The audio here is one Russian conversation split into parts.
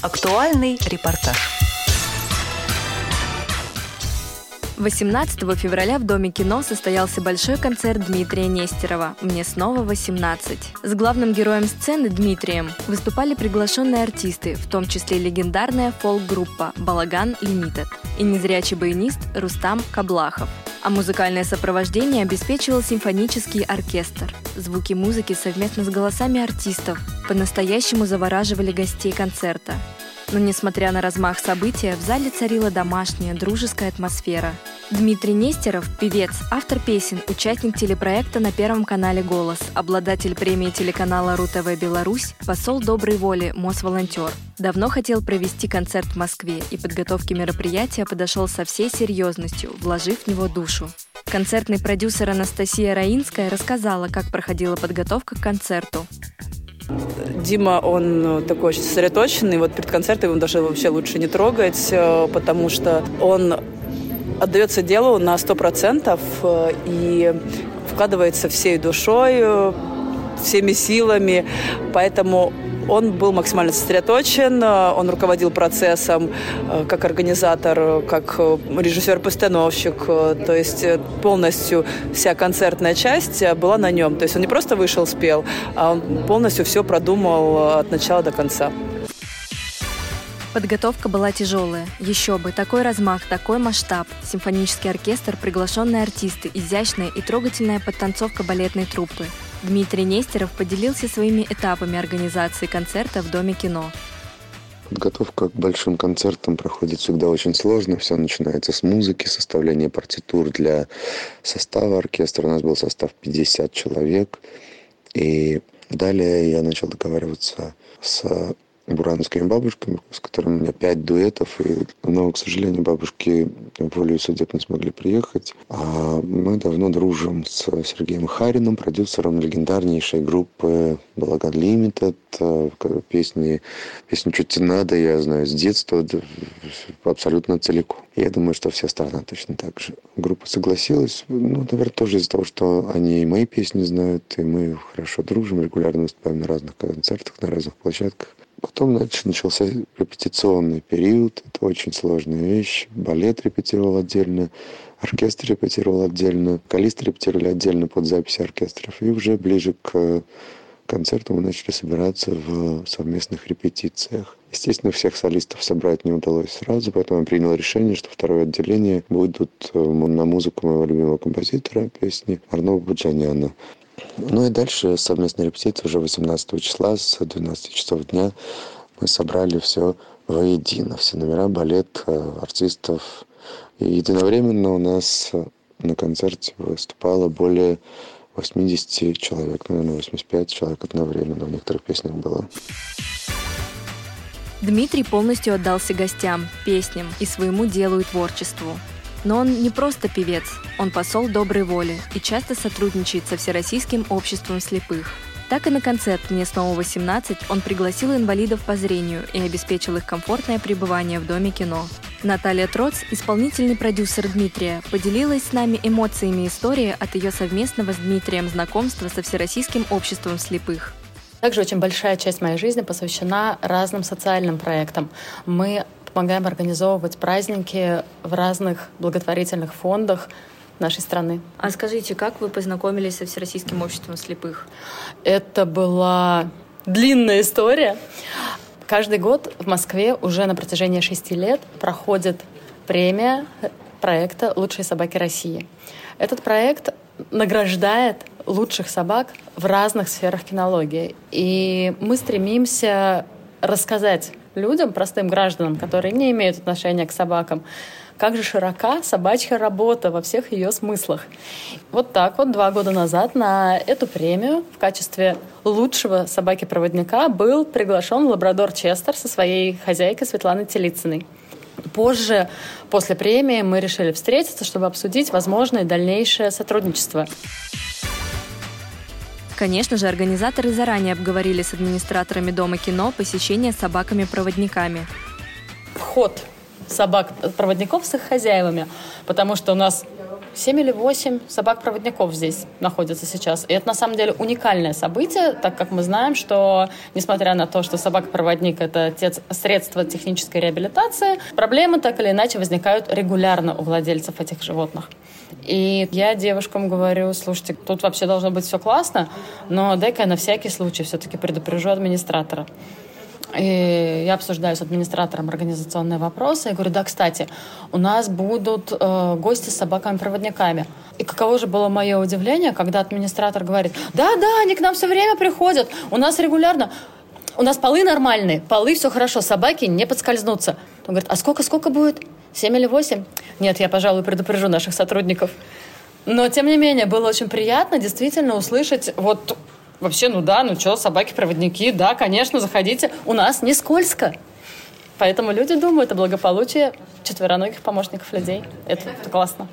Актуальный репортаж. 18 февраля в Доме кино состоялся большой концерт Дмитрия Нестерова «Мне снова 18». С главным героем сцены Дмитрием выступали приглашенные артисты, в том числе легендарная фолк-группа «Балаган Лимитед» и незрячий баянист Рустам Каблахов. А музыкальное сопровождение обеспечивал симфонический оркестр. Звуки музыки совместно с голосами артистов по-настоящему завораживали гостей концерта. Но, несмотря на размах события, в зале царила домашняя, дружеская атмосфера. Дмитрий Нестеров – певец, автор песен, участник телепроекта на Первом канале «Голос», обладатель премии телеканала РУ-ТВ «Беларусь», посол доброй воли, Мосволонтер. Давно хотел провести концерт в Москве, и подготовке мероприятия подошел со всей серьезностью, вложив в него душу. Концертный продюсер Анастасия Раинская рассказала, как проходила подготовка к концерту. Дима, он такой очень сосредоточенный. Вот перед концертом его даже вообще лучше не трогать, потому что он отдается делу на 100% и вкладывается всей душой, всеми силами. Поэтому он был максимально сосредоточен, он руководил процессом как организатор, как режиссер-постановщик, то есть полностью вся концертная часть была на нем. То есть он не просто вышел, спел, а он полностью все продумал от начала до конца. Подготовка была тяжелая. Еще бы, такой размах, такой масштаб. Симфонический оркестр, приглашенные артисты, изящная и трогательная подтанцовка балетной труппы. Дмитрий Нестеров поделился своими этапами организации концерта в Доме кино. Подготовка к большим концертам проходит всегда очень сложно. Все начинается с музыки, составления партитур для состава оркестра. У нас был состав 50 человек. И далее я начал договариваться с бурановскими бабушками, с которыми у меня 5 дуэтов. Но, к сожалению, бабушки волею судеб не смогли приехать. А мы давно дружим с Сергеем Хариным, продюсером легендарнейшей группы «Балаган Лимитед». Песню «Чуть тебе надо» я знаю с детства абсолютно целиком. Я думаю, что вся страна точно так же. Группа согласилась, наверное, тоже из-за того, что они и мои песни знают, и мы хорошо дружим, регулярно выступаем на разных концертах, на разных площадках. Потом дальше начался репетиционный период. Это очень сложная вещь. Балет репетировал отдельно, оркестр репетировал отдельно, вокалисты репетировали отдельно под записи оркестров. И уже ближе к концерту мы начали собираться в совместных репетициях. Естественно, всех солистов собрать не удалось сразу, поэтому я принял решение, что второе отделение будут на музыку моего любимого композитора песни Арно Буджаняна. И дальше совместная репетиция уже 18 числа с 12 часов дня мы собрали все воедино. Все номера, балет, артистов. И единовременно у нас на концерте выступало более 80 человек, наверное, 85 человек одновременно в некоторых песнях было. Дмитрий полностью отдался гостям, песням и своему делу и творчеству. Но он не просто певец, он посол доброй воли и часто сотрудничает со Всероссийским обществом слепых. Так и на концерт «Мне снова 18» он пригласил инвалидов по зрению и обеспечил их комфортное пребывание в Доме кино. Наталья Троц, исполнительный продюсер Дмитрия, поделилась с нами эмоциями истории от ее совместного с Дмитрием знакомства со Всероссийским обществом слепых. Также очень большая часть моей жизни посвящена разным социальным проектам. Мы помогаем организовывать праздники в разных благотворительных фондах нашей страны. А скажите, как вы познакомились со Всероссийским обществом слепых? Это была длинная история. Каждый год в Москве уже на протяжении 6 лет проходит премия проекта «Лучшие собаки России». Этот проект награждает лучших собак в разных сферах кинологии. И мы стремимся рассказать людям, простым гражданам, которые не имеют отношения к собакам, как же широка собачья работа во всех ее смыслах. Вот так вот 2 года назад на эту премию в качестве лучшего собаки-проводника был приглашен лабрадор Честер со своей хозяйкой Светланой Телицыной. Позже, после премии, мы решили встретиться, чтобы обсудить возможное дальнейшее сотрудничество. Конечно же, организаторы заранее обговорили с администраторами Дома кино посещение с собаками-проводниками. Вход собак-проводников с их хозяевами, потому что у нас 7 или 8 собак-проводников здесь находятся сейчас. И это, на самом деле, уникальное событие, так как мы знаем, что, несмотря на то, что собака-проводник — это средство технической реабилитации, проблемы так или иначе возникают регулярно у владельцев этих животных. И я девушкам говорю: слушайте, тут вообще должно быть все классно, но дай-ка я на всякий случай все-таки предупрежу администратора. И я обсуждаю с администратором организационные вопросы. Я говорю: да, кстати, у нас будут гости с собаками-проводниками. И каково же было мое удивление, когда администратор говорит: да, они к нам все время приходят, у нас регулярно, у нас полы нормальные, полы все хорошо, собаки не подскользнутся. Он говорит: а сколько будет? 7 или 8? Нет, я, пожалуй, предупрежу наших сотрудников. Но, тем не менее, было очень приятно действительно услышать вот... Вообще, собаки-проводники, да, конечно, заходите. У нас не скользко. Поэтому люди думают о благополучии четвероногих помощников людей. Это классно.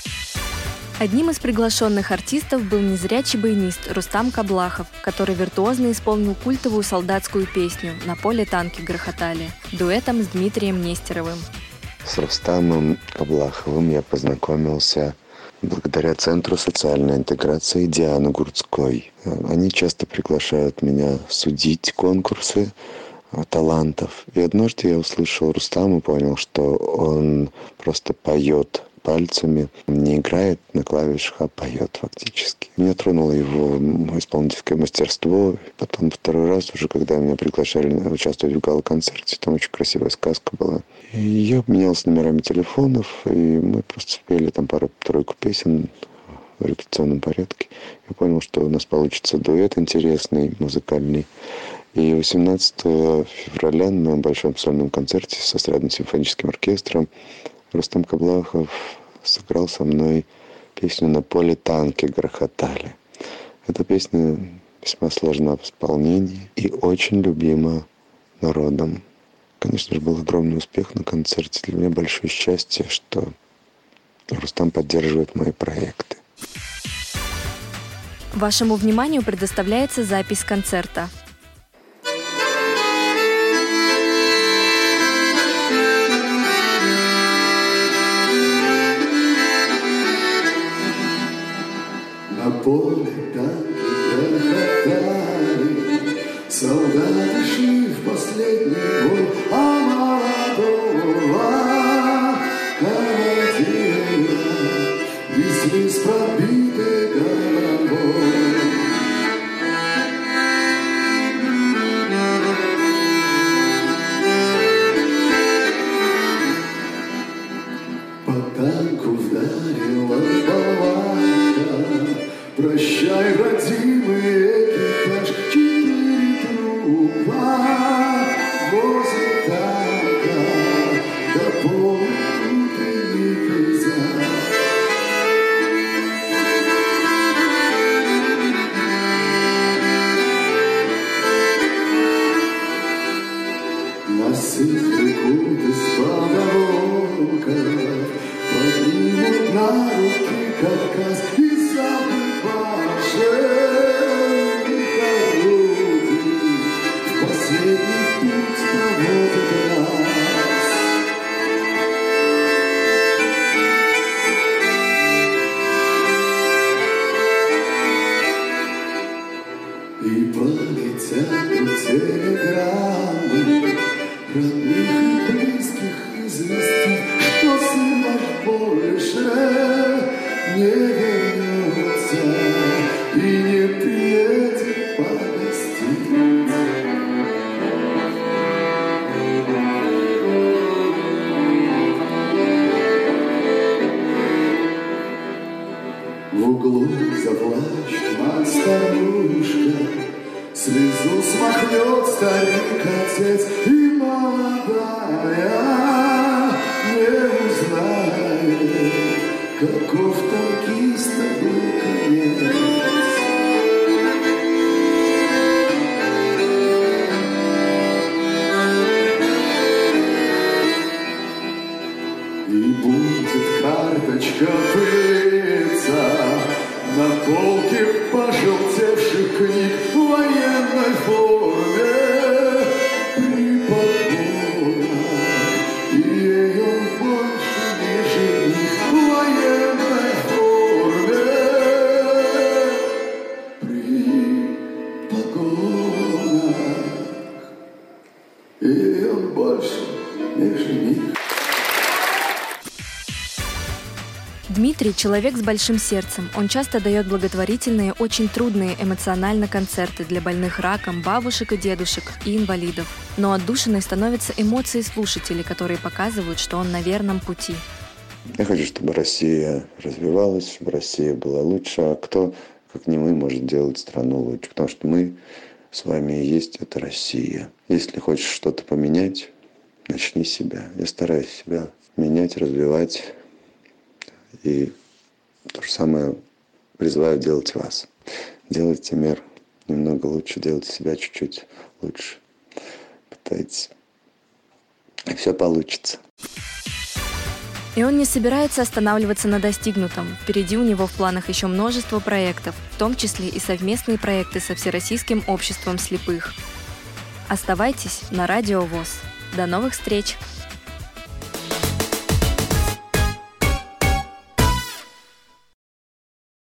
Одним из приглашенных артистов был незрячий баянист Рустам Каблахов, который виртуозно исполнил культовую солдатскую песню «На поле танки грохотали» дуэтом с Дмитрием Нестеровым. С Рустамом Каблаховым я познакомился благодаря Центру социальной интеграции Дианы Гурцкой. Они часто приглашают меня судить конкурсы талантов. И однажды я услышал Рустама и понял, что он просто поет пальцами, не играет на клавишах, а поет фактически. Меня тронуло его исполнительское мастерство. Потом второй раз уже, когда меня приглашали участвовать в гала-концерте, там очень красивая сказка была. И я обменялся номерами телефонов, и мы просто спели там пару-тройку песен в репетиционном порядке. Я понял, что у нас получится дуэт интересный, музыкальный. И 18 февраля на большом сольном концерте с эстрадным симфоническим оркестром Рустам Каблахов сыграл со мной песню «На поле танки грохотали». Эта песня весьма сложна в исполнении и очень любима народом. Конечно же, был огромный успех на концерте. Для меня большое счастье, что Рустам поддерживает мои проекты. Вашему вниманию предоставляется запись концерта. На поле танки грохотали, солдаты шли в последний бой, а молодого командира везли с пробитой головой. По танку вдарила болванка, прощай, родимый экипаж, 4 трупа возле танка, до полуутренний пейзаж. Нас извлекут из подороков, поднимут на руки Кавказ и забываши холодный в последний путь проводит нас. И полетят телеграммы родных и близких известить, что сын наш больше не вернется и не приедет погостить. В углу заплачет мать-старушка, слезу смахнет старик-отец, и молодая не узнает, каков танкиста был конец. И будет карточка пылиться на полке пожелтевших книг в военной форме при погонах, и ей он больше не жених в военной форме. и он больше не жених. Дмитрий – человек с большим сердцем. Он часто дает благотворительные, очень трудные эмоционально концерты для больных раком, бабушек и дедушек и инвалидов. Но отдушиной становятся эмоции слушателей, которые показывают, что он на верном пути. Я хочу, чтобы Россия развивалась, чтобы Россия была лучше. А кто, как не мы, может делать страну лучше? Потому что мы с вами и есть эта Россия. Если хочешь что-то поменять, начни с себя. Я стараюсь себя менять, развивать. И то же самое призываю делать вас. Делайте мир немного лучше, делайте себя чуть-чуть лучше. Пытайтесь. И все получится. И он не собирается останавливаться на достигнутом. Впереди у него в планах еще множество проектов, в том числе и совместные проекты со Всероссийским обществом слепых. Оставайтесь на Радио ВОС. До новых встреч!